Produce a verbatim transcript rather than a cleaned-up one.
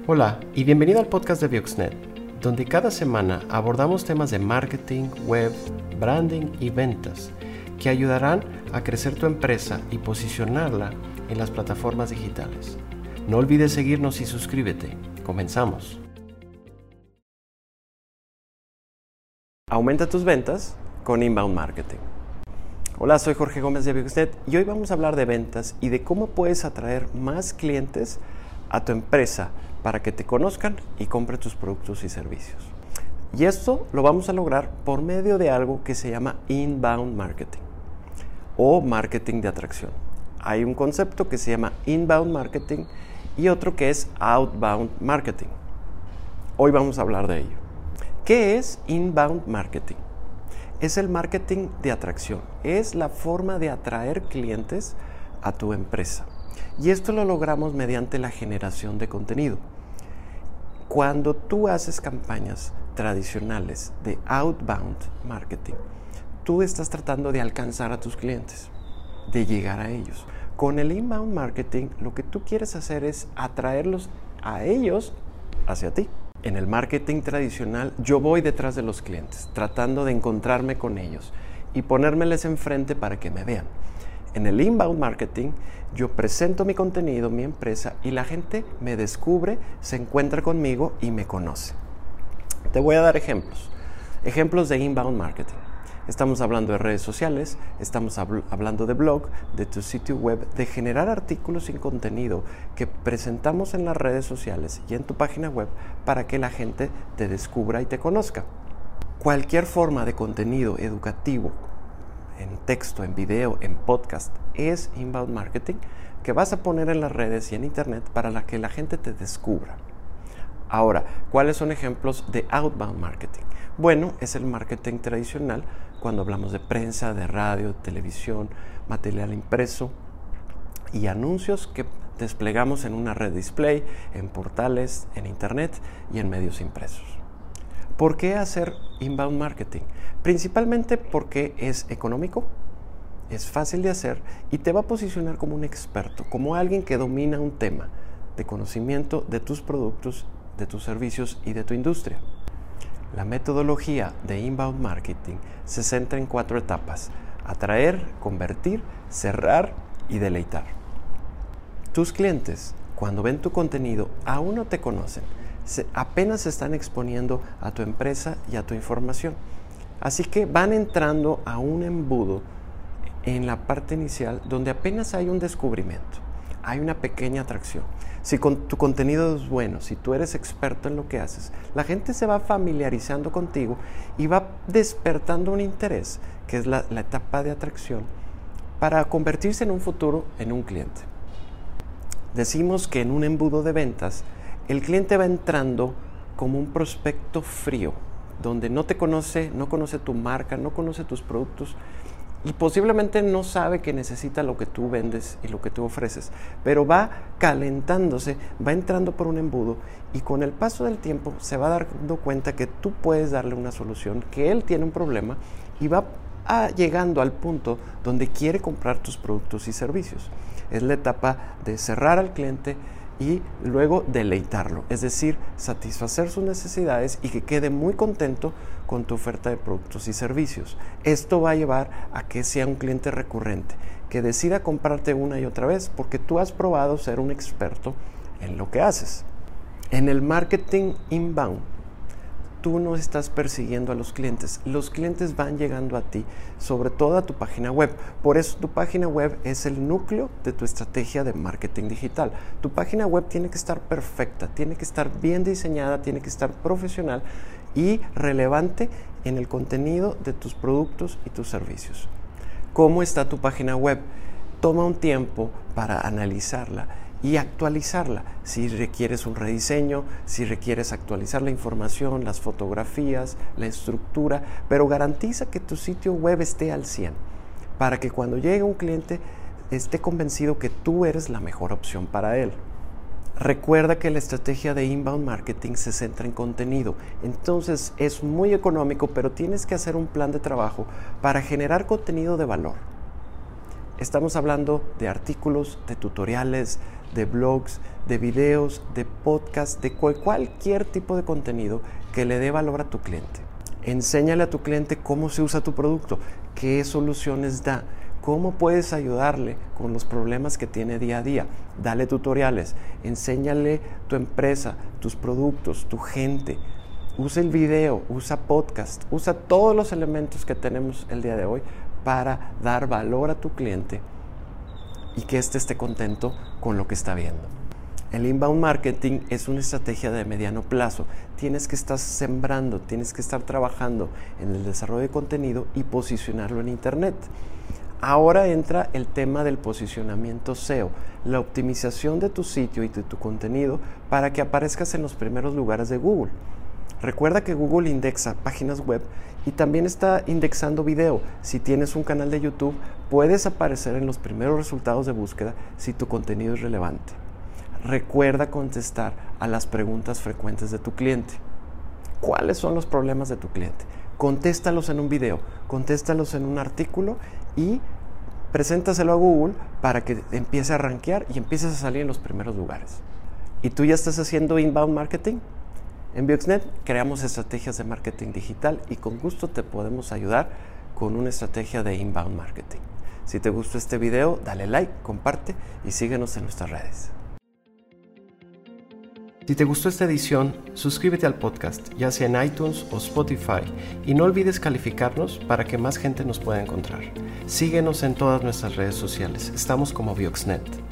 Hola y bienvenido al podcast de Bioxnet, donde cada semana abordamos temas de marketing, web, branding y ventas que ayudarán a crecer tu empresa y posicionarla en las plataformas digitales. No olvides seguirnos y suscríbete. Comenzamos. Aumenta tus ventas con Inbound Marketing. Hola, soy Jorge Gómez de Bioxnet y hoy vamos a hablar de ventas y de cómo puedes atraer más clientes a tu empresa para que te conozcan y compren tus productos y servicios. Y esto lo vamos a lograr por medio de algo que se llama Inbound Marketing o Marketing de atracción. Hay un concepto que se llama Inbound Marketing y otro que es Outbound Marketing. Hoy vamos a hablar de ello. ¿Qué es Inbound Marketing? Es el marketing de atracción. Es la forma de atraer clientes a tu empresa. Y esto lo logramos mediante la generación de contenido. Cuando tú haces campañas tradicionales de outbound marketing, tú estás tratando de alcanzar a tus clientes, de llegar a ellos. Con el inbound marketing, lo que tú quieres hacer es atraerlos a ellos hacia ti. En el marketing tradicional, yo voy detrás de los clientes, tratando de encontrarme con ellos y ponérmeles enfrente para que me vean. En el inbound marketing, yo presento mi contenido, mi empresa, y la gente me descubre, se encuentra conmigo y me conoce. Te voy a dar ejemplos. Ejemplos de inbound marketing. Estamos hablando de redes sociales, estamos habl- hablando de blog, de tu sitio web, de generar artículos y contenido que presentamos en las redes sociales y en tu página web para que la gente te descubra y te conozca. Cualquier forma de contenido educativo, en texto, en video, en podcast, es inbound marketing que vas a poner en las redes y en internet para la que la gente te descubra. Ahora, ¿cuáles son ejemplos de outbound marketing? Bueno, es el marketing tradicional cuando hablamos de prensa, de radio, televisión, material impreso y anuncios que desplegamos en una red display, en portales, en internet y en medios impresos. ¿Por qué hacer inbound marketing? Principalmente porque es económico, es fácil de hacer y te va a posicionar como un experto, como alguien que domina un tema de conocimiento de tus productos, de tus servicios y de tu industria. La metodología de inbound marketing se centra en cuatro etapas: atraer, convertir, cerrar y deleitar. Tus clientes, cuando ven tu contenido, aún no te conocen. Se, apenas se están exponiendo a tu empresa y a tu información. Así que van entrando a un embudo en la parte inicial donde apenas hay un descubrimiento, hay una pequeña atracción. Si con tu contenido es bueno, si tú eres experto en lo que haces, la gente se va familiarizando contigo y va despertando un interés, que es la, la etapa de atracción, para convertirse en un futuro en un cliente. Decimos que en un embudo de ventas, el cliente va entrando como un prospecto frío, donde no te conoce, no conoce tu marca, no conoce tus productos y posiblemente no sabe que necesita lo que tú vendes y lo que tú ofreces, pero va calentándose, va entrando por un embudo y con el paso del tiempo se va dando cuenta que tú puedes darle una solución, que él tiene un problema y va a, llegando al punto donde quiere comprar tus productos y servicios. Es la etapa de cerrar al cliente y luego deleitarlo, es decir, satisfacer sus necesidades y que quede muy contento con tu oferta de productos y servicios. Esto va a llevar a que sea un cliente recurrente, que decida comprarte una y otra vez porque tú has probado ser un experto en lo que haces. En el marketing inbound, tú no estás persiguiendo a los clientes, los clientes van llegando a ti, sobre todo a tu página web. Por eso tu página web es el núcleo de tu estrategia de marketing digital. Tu página web tiene que estar perfecta, tiene que estar bien diseñada, tiene que estar profesional y relevante en el contenido de tus productos y tus servicios. ¿Cómo está tu página web? Toma un tiempo para analizarla y actualizarla. Si requieres un rediseño, si requieres actualizar la información, las fotografías, la estructura, pero garantiza que tu sitio web esté al cien para que cuando llegue un cliente esté convencido que tú eres la mejor opción para él. Recuerda que la estrategia de inbound marketing se centra en contenido, entonces es muy económico, pero tienes que hacer un plan de trabajo para generar contenido de valor. Estamos hablando de artículos, de tutoriales, de blogs, de videos, de podcasts, de cual, cualquier tipo de contenido que le dé valor a tu cliente. Enséñale a tu cliente cómo se usa tu producto, qué soluciones da, cómo puedes ayudarle con los problemas que tiene día a día. Dale tutoriales, enséñale tu empresa, tus productos, tu gente. Usa el video, usa podcast, usa todos los elementos que tenemos el día de hoy para dar valor a tu cliente y que éste esté contento con lo que está viendo. El inbound marketing es una estrategia de mediano plazo. Tienes que estar sembrando, tienes que estar trabajando en el desarrollo de contenido y posicionarlo en Internet. Ahora entra el tema del posicionamiento S E O, la optimización de tu sitio y de tu contenido para que aparezcas en los primeros lugares de Google. Recuerda que Google indexa páginas web y también está indexando video. Si tienes un canal de YouTube, puedes aparecer en los primeros resultados de búsqueda si tu contenido es relevante. Recuerda contestar a las preguntas frecuentes de tu cliente. ¿Cuáles son los problemas de tu cliente? Contéstalos en un video, contéstalos en un artículo y preséntaselo a Google para que empiece a rankear y empieces a salir en los primeros lugares. ¿Y tú ya estás haciendo inbound marketing? En Bioxnet creamos estrategias de marketing digital y con gusto te podemos ayudar con una estrategia de inbound marketing. Si te gustó este video, dale like, comparte y síguenos en nuestras redes. Si te gustó esta edición, suscríbete al podcast, ya sea en iTunes o Spotify, y no olvides calificarnos para que más gente nos pueda encontrar. Síguenos en todas nuestras redes sociales, estamos como Bioxnet.